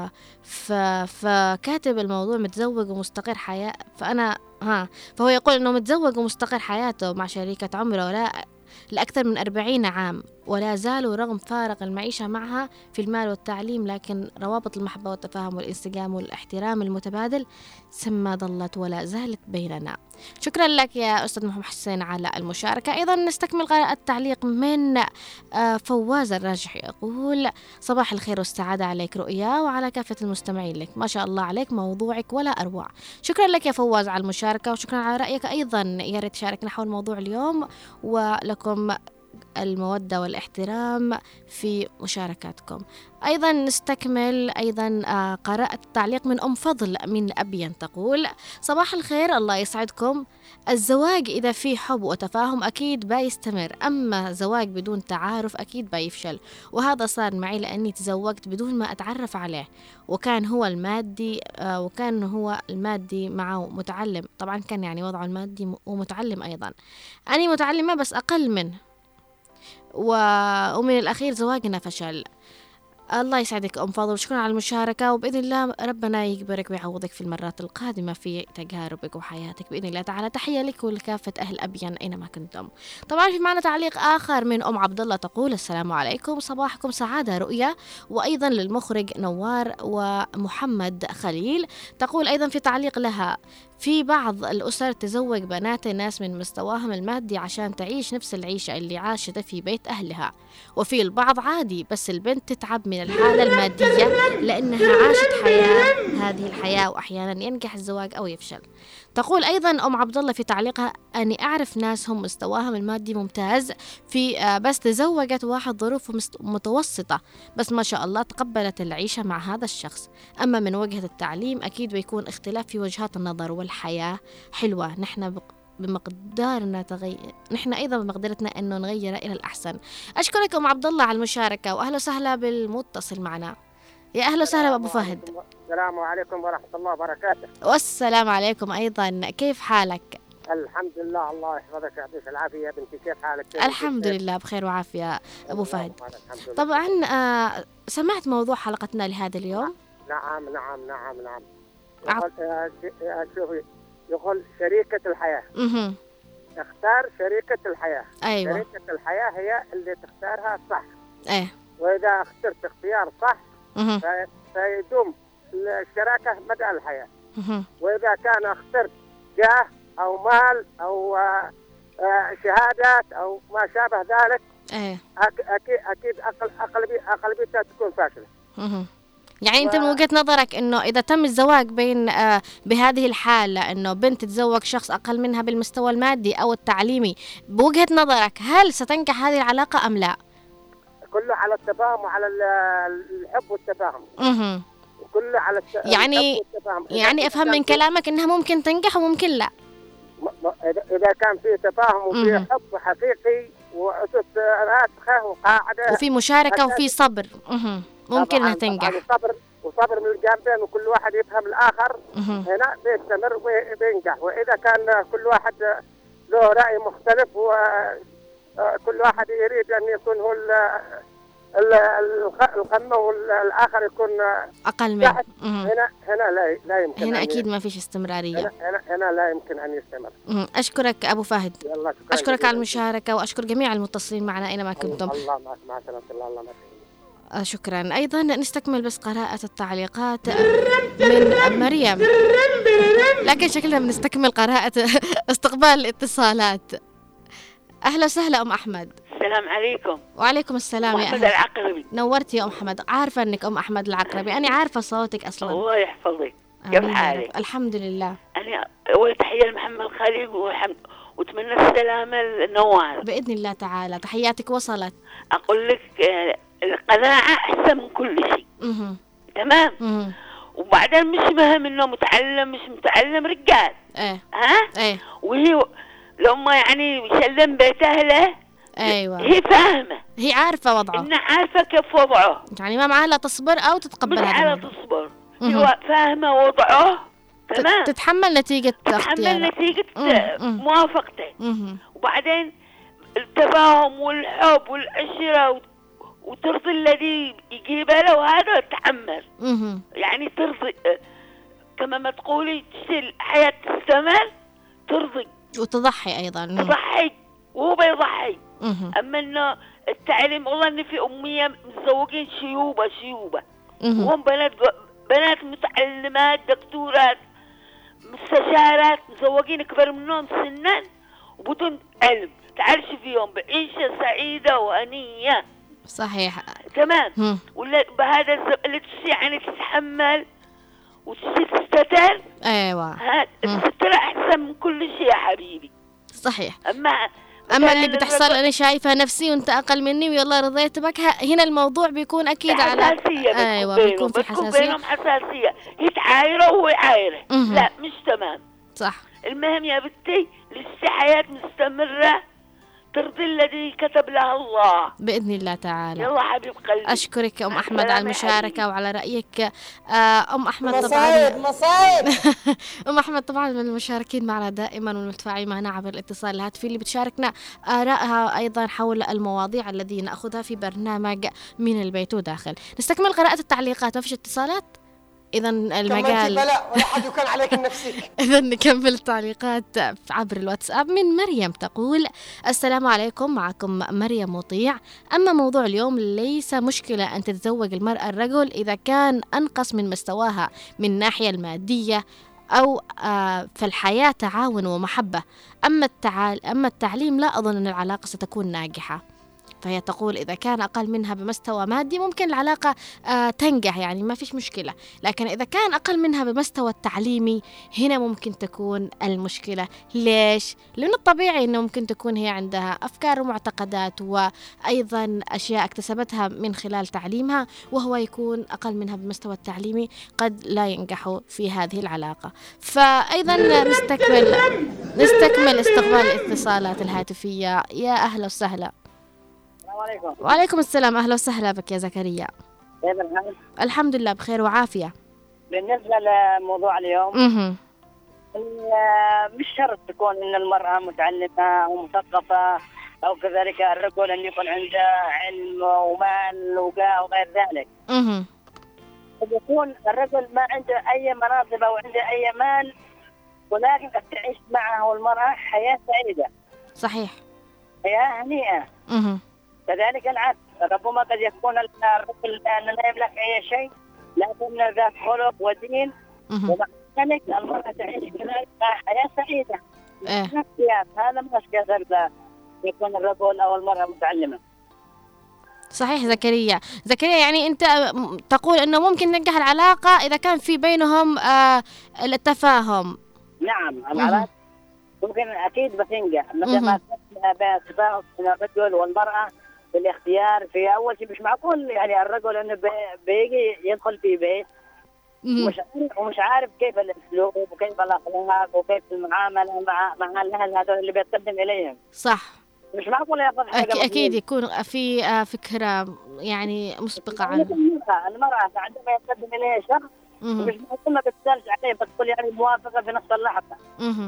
فكاتب الموضوع متزوج ومستقر حياة، فهو يقول أنه متزوج ومستقر حياته مع شريكة عمره لأكثر من 40 عام، ولا زالوا رغم فارق المعيشة معها في المال والتعليم، لكن روابط المحبة والتفاهم والانسجام والاحترام المتبادل سما ظلت ولا زالت بيننا. شكرا لك يا أستاذ محمد حسين على المشاركة. أيضا نستكمل التعليق من فواز الراجح يقول صباح الخير والسعادة عليك رؤيا وعلى كافة المستمعين لك، ما شاء الله عليك موضوعك ولا أروع. شكرا لك يا فواز على المشاركة وشكرا على رأيك. أيضا يا ريت تشاركنا حول موضوع اليوم، ولكم المودة والاحترام في مشاركاتكم. أيضا نستكمل أيضا قراءة تعليق من أم فضل من أبين، تقول: صباح الخير، الله يسعدكم. الزواج إذا في حب وتفاهم أكيد بيستمر، أما زواج بدون تعارف أكيد بيفشل، وهذا صار معي لأني تزوجت بدون ما أتعرف عليه، وكان هو المادي معه متعلم، طبعا كان يعني وضعه المادي ومتعلم أيضا، أنا متعلمة بس أقل منه، ومن الأخير زواجنا فشل. الله يسعدك أم فاضل، وشكرا على المشاركة، وبإذن الله ربنا يكبرك ويعوضك في المرات القادمة في تجاربك وحياتك بإذن الله تعالى. تحية لك ولكافة أهل أبين أينما كنتم. طبعا في معنا تعليق آخر من أم عبد الله، تقول: السلام عليكم، صباحكم سعادة رؤيا، وأيضا للمخرج نوار ومحمد خليل. تقول أيضا في تعليق لها: في بعض الأسر تزوج بنات ناس من مستواهم المادي عشان تعيش نفس العيشة اللي عاشتها في بيت أهلها، وفي البعض عادي بس البنت تتعب من الحالة المادية لأنها عاشت هذه الحياة، وأحيانا ينجح الزواج أو يفشل. تقول أيضا أم عبد الله في تعليقها: أني أعرف ناس هم مستواهم المادي ممتاز بس تزوجت واحد ظروفه متوسطة، بس ما شاء الله تقبلت العيشة مع هذا الشخص. أما من وجهة التعليم أكيد بيكون اختلاف في وجهات النظر، والحياة حلوة، نحن أيضا بمقدرتنا أنه نغير إلى الأحسن. أشكرك أم عبد الله على المشاركة، وأهلا وسهلا بالمتصل معنا. يا أهلا وسهلا بأبو فهد. السلام عليكم ورحمة الله وبركاته. والسلام عليكم أيضا، كيف حالك؟ الحمد لله، الله يحفظك ويعطيك العافية. بنتي كيف حالك؟ الحمد لله بخير وعافية أبو فهد. طبعا سمعت موضوع حلقتنا لهذا اليوم؟ نعم. شوفي، يقول شريكة الحياة. اختار شريكة الحياة. أيوة. شريكة الحياة هي اللي تختارها صح. إيه. وإذا اخترت اختيار صح فيدوم الشراكة مدى الحياة. وإذا كان اخترت جاه أو مال أو شهادات أو ما شابه ذلك، أكيد أقلبيتها تكون فاشلة. يعني أنت من وجهة نظرك إنه إذا تم الزواج بهذه الحالة، إنه بنت تتزوج شخص أقل منها بالمستوى المادي أو التعليمي، بوجهة نظرك هل ستنجح هذه العلاقة أم لا؟ كله على التفاهم وعلى الحب والتفاهم. كله على الحب والتفاهم. يعني أفهم من كلامك إنها ممكن تنجح وممكن لا. إذا كان في تفاهم وفي حب حقيقي وأسس راسخة وقاعدة وفي مشاركة وفي صبر، ممكن انها تنجح. وصبر من الجانبين، وكل واحد يفهم الآخر، هنا بيستمر وبينجح. وإذا كان كل واحد له رأي مختلف وكل واحد يريد أن يكون هو القمة والآخر يكون أقل منه، هنا لا يمكن. هنا أكيد ما فيش استمرارية. هنا لا يمكن أن يستمر. أشكرك أبو فهد، أشكرك على المشاركة، وأشكر جميع المتصلين معنا أينما كنتم. الله مع سلامة الله مع شكرا. أيضا نستكمل بس قراءة التعليقات من مريم، لكن شكلنا بنستكمل قراءة استقبال الاتصالات. أهلا وسهلا أم أحمد. السلام عليكم. وعليكم السلام يا أحمد العقربي. نورتي يا أم أحمد، عارفة أنك أم أحمد العقربي، أنا عارفة صوتك أصلا. الله يحفظك. كيف حالك؟ الحمد لله. أنا أول تحية لمحمد خليل وأتمنى السلامة لنوار بإذن الله تعالى. تحياتك وصلت. أقول لك القناعة أحسن من كل شيء. تمام. وبعدين مش مهم إنه متعلم مش متعلم، رجال. إيه. وهي لما يعني يسلم بيت أهله. أيوة. هي فاهمة، هي عارفة وضعه، إنها عارفة كيف وضعه، يعني ما معها لا تصبر أو تتقبل. مش على تصبر، هي فاهمة وضعه. تمام. تتحمل نتيجة موافقته. وبعدين التفاهم والحب والعشرة وترضي الذي يجيبه له، وهذا تحمل. يعني ترضي كما ما تقولي الحياة تستمر، ترضي وتضحي أيضا. تضحي وهو بيضحي. أما إنه التعليم، والله إن في أمية متزوجين شيوبة وهم بنات متعلمات، دكتورات، مستشارات، متزوجين أكبر منهم سنا وبدون علم، تعرش فيهم بعيشة سعيدة وهنية. صحيح. تمام. ولا بهذا اللي يعني تتحمل وتستتر. ايوه. الستر احسن من كل شيء يا حبيبي. صحيح. اما أما اللي بتحصل أنا شايفة نفسي وأنت أقل مني ويلا رضيت بك، هنا الموضوع بيكون أكيد على حساسية. أيوة بيكون في حساسية، بينهم حساسية، يتعايروا وهو يعايره. لا مش تمام. صح. المهم يا بنتي لسه حياة مستمرة ترضي الذي كتب لها الله بإذن الله تعالى. يلا حبيب قلبي. أشكرك أم أحمد على المشاركة وعلى رأيك. أم أحمد طبعا مصايب أم أحمد طبعا من المشاركين معنا دائما والمتفاعلين معنا عبر الاتصال الهاتفي، اللي بتشاركنا آرائها أيضا حول المواضيع التي نأخذها في برنامج من البيت وداخل. نستكمل قراءة التعليقات. ما فيش اتصالات؟ إذا المجال بلا ولا حد يكون عليك نفسك. إذا نكمل التعليقات عبر الواتساب من مريم تقول: السلام عليكم، معكم مريم مطيع. أما موضوع اليوم ليس مشكلة أن تتزوج المرأة الرجل إذا كان أنقص من مستواها من الناحية المادية أو فالحياة تعاون ومحبة. أما التعليم لا أظن أن العلاقة ستكون ناجحة. فهي تقول إذا كان أقل منها بمستوى مادي ممكن العلاقة تنجح، يعني ما فيش مشكلة، لكن إذا كان أقل منها بمستوى التعليمي هنا ممكن تكون المشكلة. ليش؟ لأن الطبيعي أنه ممكن تكون هي عندها أفكار ومعتقدات وأيضا أشياء اكتسبتها من خلال تعليمها، وهو يكون أقل منها بمستوى التعليمي، قد لا ينجحوا في هذه العلاقة. فأيضا نستكمل استقبال الاتصالات الهاتفية. يا أهلا وسهلا. عليكم. وعليكم السلام، أهلا وسهلا بك يا زكريا. كيف الحال؟ الحمد لله بخير وعافية. بالنسبة لموضوع اليوم مش شرط تكون إن المرأة متعلمة أو مثقفة أو كذلك الرجل أن يكون عنده علم ومال وغير ذلك. قد يكون الرجل ما عنده أي مناصب أو عنده أي مال، ولكن قد تعيش معه المرأة حياة سعيدة. صحيح. حياة هنيئة. كذلك العكس، ربما قد يكون الرجل لا يملك أي شيء لكن ذات خلق ودين، ومع ذلك المرأة تعيش كذلك حياة سعيدة. هذا مش كذا يكون الرجل أو المرأة متعلمة. صحيح زكريا. يعني أنت تقول أنه ممكن ننجح العلاقة إذا كان في بينهم التفاهم. نعم العلاقة ممكن أكيد بتنجح، مثل ما بين الرجل والمرأة في الاختيار. في أول شيء مش معقول يعني الرجل إنه بيجي يدخل في بيت ومش عارف كيف الأسلوب وكيف الأخلاق وكيف المعاملة مع الأهل هذول اللي بيتقدم إليهم. صح. مش معقول ياخذ حاجة أكيد يكون في فكرة يعني مسبقة عنه. المرأة عندما يتقدم إليها شخص مش معقول ما بتسألش عليه، بتقول يعني موافقة في نفس اللحظة.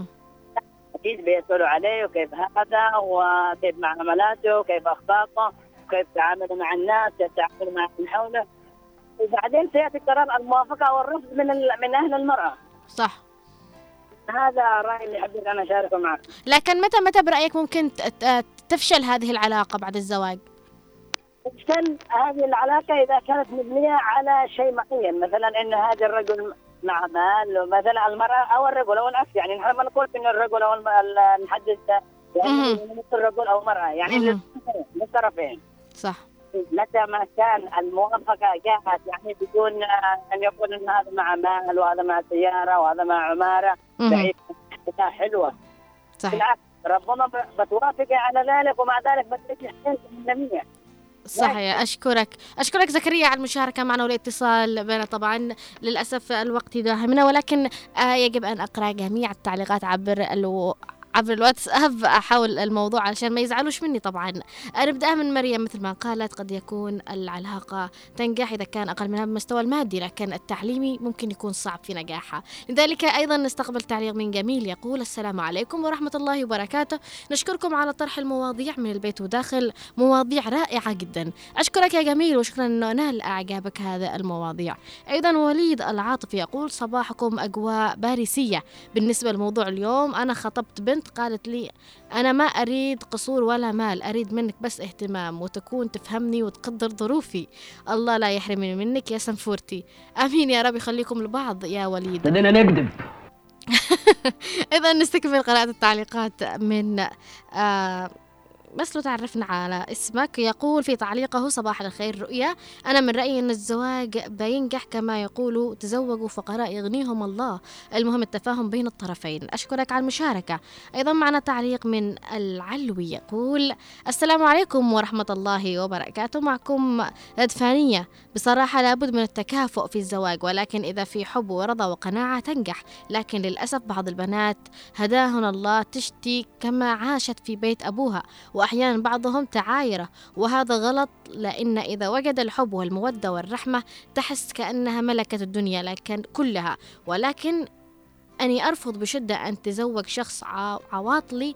أكيد بيسألوا عليه وكيف هذا وكيف معاملاته وكيف أخلاقه وكيف تعامله مع الناس، كيف تعامله مع من حوله، وبعدين سيأتي قرار الموافقة أو الرفض من أهل المرأة. صح. هذا رأيي اللي حبيت أنا أشاركه معك. لكن متى برأيك ممكن تفشل هذه العلاقة بعد الزواج؟ تفشل هذه العلاقة إذا كانت مبنية على شيء معين، مثلا إن هذا الرجل مع مال، مثلا المرأة أو الرجل أو العكس. يعني نحن ما نقول إن الرجل أو نحدث يعني مثل الرجل أو المرأة، يعني للطرفين. صح. متى ما كان الموافقة جاءت يعني بدون أن يقول إن هذا مع مال وهذا مع سيارة وهذا مع عمارة بعيد حلوة. صح. بالعكس ربما بتوافق على ذلك ومع ذلك بتجي حيث النمية. صحيح. أشكرك زكريا على المشاركة معنا والاتصال بنا. طبعا للأسف الوقت يداهمنا، ولكن يجب أن أقرأ جميع التعليقات عبر الواتساب حول الموضوع علشان ما يزعلوش مني. طبعا نبدأ من مريم مثل ما قالت، قد يكون العلاقة تنجح إذا كان أقل منها بالمستوى المادي، لكن التعليمي ممكن يكون صعب في نجاحها. لذلك أيضا نستقبل تعليق من جميل يقول: السلام عليكم ورحمة الله وبركاته، نشكركم على طرح المواضيع من البيت وداخل، مواضيع رائعة جدا. أشكرك يا جميل وشكرا أنه نال أعجابك هذا المواضيع. أيضا وليد العاطفي يقول: صباحكم أجواء باريسية. بالنسبة لموضوع اليوم، أنا خطبت بنت قالت لي أنا ما أريد قصور ولا مال، أريد منك بس اهتمام وتكون تفهمني وتقدر ظروفي. الله لا يحرمني منك يا سنفورتي. آمين يا رب يخليكم لبعض يا وليد. بدنا نكذب. إذا نستكمل قراءة التعليقات من بس لو تعرفنا على اسمك. يقول في تعليقه: صباح الخير رؤيا، أنا من رأيي أن الزواج بينجح كما يقولوا تزوجوا فقراء يغنيهم الله، المهم التفاهم بين الطرفين. أشكرك على المشاركة. أيضا معنا تعليق من العلوي يقول: السلام عليكم ورحمة الله وبركاته، معكم أدفانية. بصراحة لابد من التكافؤ في الزواج، ولكن إذا في حب ورضا وقناعة تنجح، لكن للأسف بعض البنات هداهن الله تشتي كما عاشت في بيت أبوها، وأحيانا بعضهم تعايرة، وهذا غلط، لأن إذا وجد الحب والمودة والرحمة تحس كأنها ملكة الدنيا لكن كلها. ولكن أني أرفض بشدة أن تزوج شخص عواطلي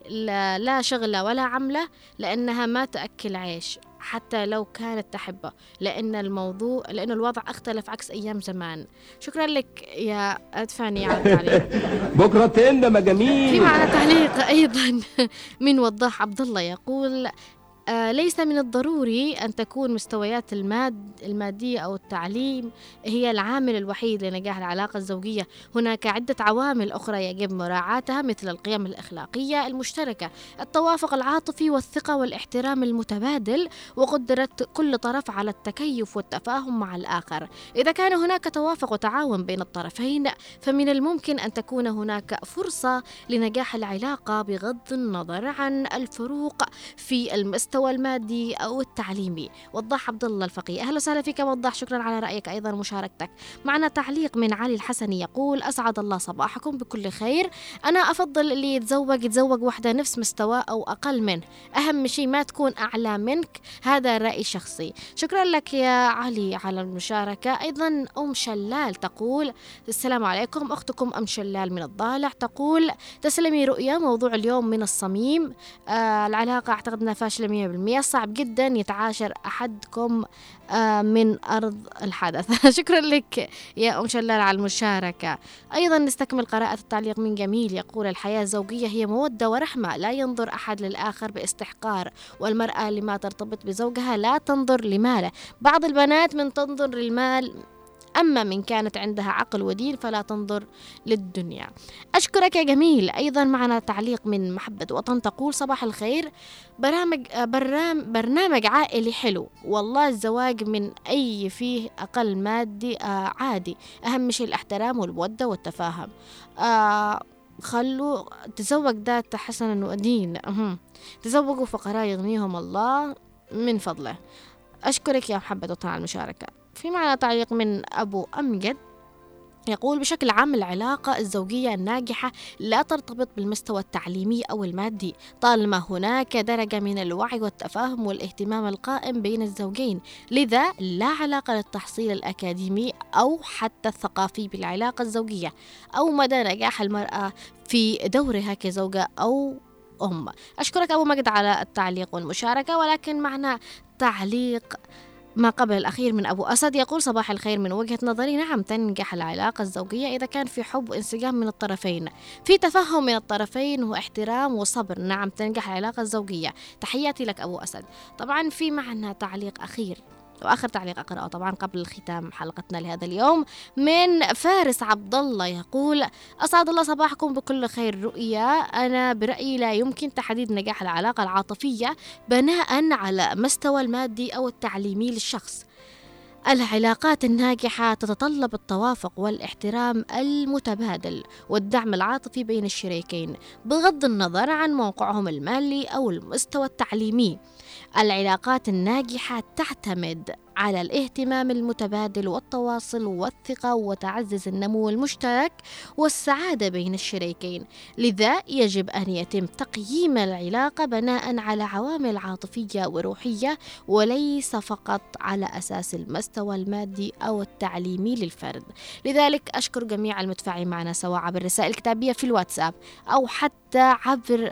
لا شغلة ولا عملة، لأنها ما تأكل عيش حتى لو كانت تحبه، لأن الوضع اختلف عكس أيام زمان. شكرا لك يا أدفاني على التعليق. بكرة تندم جميل. في معنا تعليق أيضا من وضاح عبد الله يقول: ليس من الضروري أن تكون مستويات المادية أو التعليم هي العامل الوحيد لنجاح العلاقة الزوجية. هناك عدة عوامل أخرى يجب مراعاتها، مثل القيم الأخلاقية المشتركة، التوافق العاطفي والثقة والاحترام المتبادل، وقدرة كل طرف على التكيف والتفاهم مع الآخر. إذا كان هناك توافق وتعاون بين الطرفين، فمن الممكن أن تكون هناك فرصة لنجاح العلاقة بغض النظر عن الفروق في المستوى المادي أو التعليمي. وضاح عبد الله الفقيه، أهلا وسهلا فيك وضاح، شكرا على رأيك أيضا ومشاركتك. معنا تعليق من علي الحسني يقول: أسعد الله صباحكم بكل خير، أنا أفضل اللي يتزوج واحدة نفس مستوى أو أقل منه، أهم شيء ما تكون أعلى منك، هذا رأي شخصي. شكرا لك يا علي على المشاركة. أيضا أم شلال تقول: السلام عليكم، أختكم أم شلال من الضالع، تقول: تسلمي رؤيا، موضوع اليوم من الصميم. العلاقة أعتقد أنها فاشلة 100%، صعب جدا يتعاشر أحدكم من أرض الحدث. شكرا لك يا أم شلال على المشاركة. أيضا نستكمل قراءة التعليق من جميل يقول: الحياة الزوجية هي مودة ورحمة، لا ينظر أحد للآخر باستحقار، والمرأة لما ترتبط بزوجها لا تنظر لماله. بعض البنات من تنظر للمال، أما من كانت عندها عقل ودين فلا تنظر للدنيا. أشكرك يا جميل. أيضا معنا تعليق من محبة وطن تقول: صباح الخير، برنامج عائلي حلو، والله الزواج من أي فيه أقل مادي عادي، أهم شيء الاحترام والمودة والتفاهم. خلوا تزوج ذات حسن ودين، تزوجوا فقراء يغنيهم الله من فضله. أشكرك يا محبة وطن على المشاركة. في معنا تعليق من أبو أمجد يقول: بشكل عام العلاقة الزوجية الناجحة لا ترتبط بالمستوى التعليمي أو المادي، طالما هناك درجة من الوعي والتفاهم والاهتمام القائم بين الزوجين، لذا لا علاقة للتحصيل الأكاديمي أو حتى الثقافي بالعلاقة الزوجية، أو مدى نجاح المرأة في دورها كزوجة أو أم. أشكرك أبو مجد على التعليق والمشاركة. ولكن معنا تعليق ما قبل الأخير من أبو أسد يقول: صباح الخير، من وجهة نظري نعم تنجح العلاقة الزوجية إذا كان في حب وانسجام من الطرفين، في تفهم من الطرفين واحترام وصبر، نعم تنجح العلاقة الزوجية. تحياتي لك أبو أسد. طبعا في معنا تعليق أخير وآخر تعليق أقرأه طبعا قبل الختام حلقتنا لهذا اليوم من فارس عبد الله يقول: أسعد الله صباحكم بكل خير رؤيا، أنا برأيي لا يمكن تحديد نجاح العلاقة العاطفية بناء على مستوى المادي أو التعليمي للشخص. العلاقات الناجحة تتطلب التوافق والاحترام المتبادل والدعم العاطفي بين الشريكين بغض النظر عن موقعهم المالي أو المستوى التعليمي. العلاقات الناجحة تعتمد على الاهتمام المتبادل والتواصل والثقة، وتعزز النمو المشترك والسعادة بين الشريكين. لذا يجب أن يتم تقييم العلاقة بناء على عوامل عاطفية وروحية، وليس فقط على أساس المستوى المادي أو التعليمي للفرد. لذلك أشكر جميع المتفاعلين معنا سواء عبر الرسائل الكتابية في الواتساب أو حتى عبر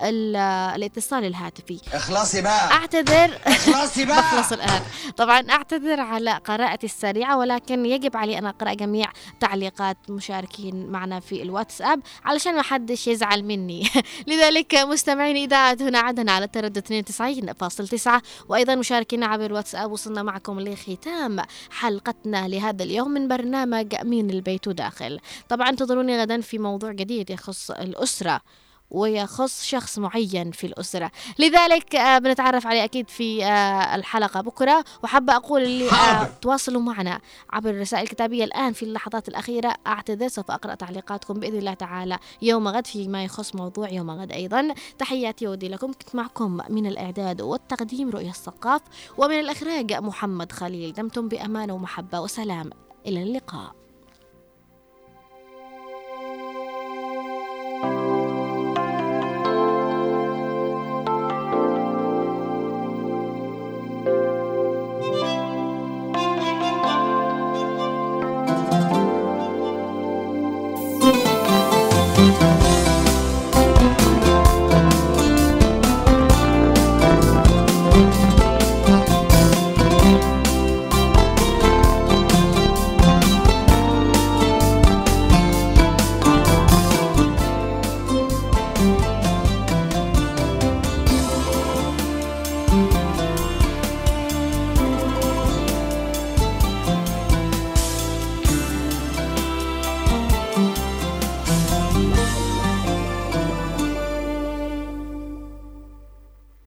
الاتصال الهاتفي. اخلصي بقى، أعتذر، اخلصي بقى، بخلص الآن. طبعا أعتذر على قراءتي السريعة، ولكن يجب علي أن أقرأ جميع تعليقات مشاركين معنا في الواتساب علشان ما حدش يزعل مني. لذلك مستمعين إذاعة هنا عدن على تردد 92.9، وأيضا مشاركين عبر الواتساب. وصلنا معكم لختام حلقتنا لهذا اليوم من برنامج من البيت وداخل. طبعا انتظروني غدا في موضوع جديد يخص الأسرة ويخص شخص معين في الأسرة. لذلك بنتعرف عليه أكيد في الحلقة بكرة. وحابة أقول اللي تواصلوا معنا عبر الرسائل الكتابية الآن في اللحظات الأخيرة. أعتذر، سوف أقرأ تعليقاتكم بإذن الله تعالى يوم غد فيما يخص موضوع يوم غد. أيضا تحياتي ودي لكم. كنت معكم من الإعداد والتقديم رؤية الثقاف، ومن الإخراج محمد خليل. دمتم بأمان ومحبة وسلام، إلى اللقاء.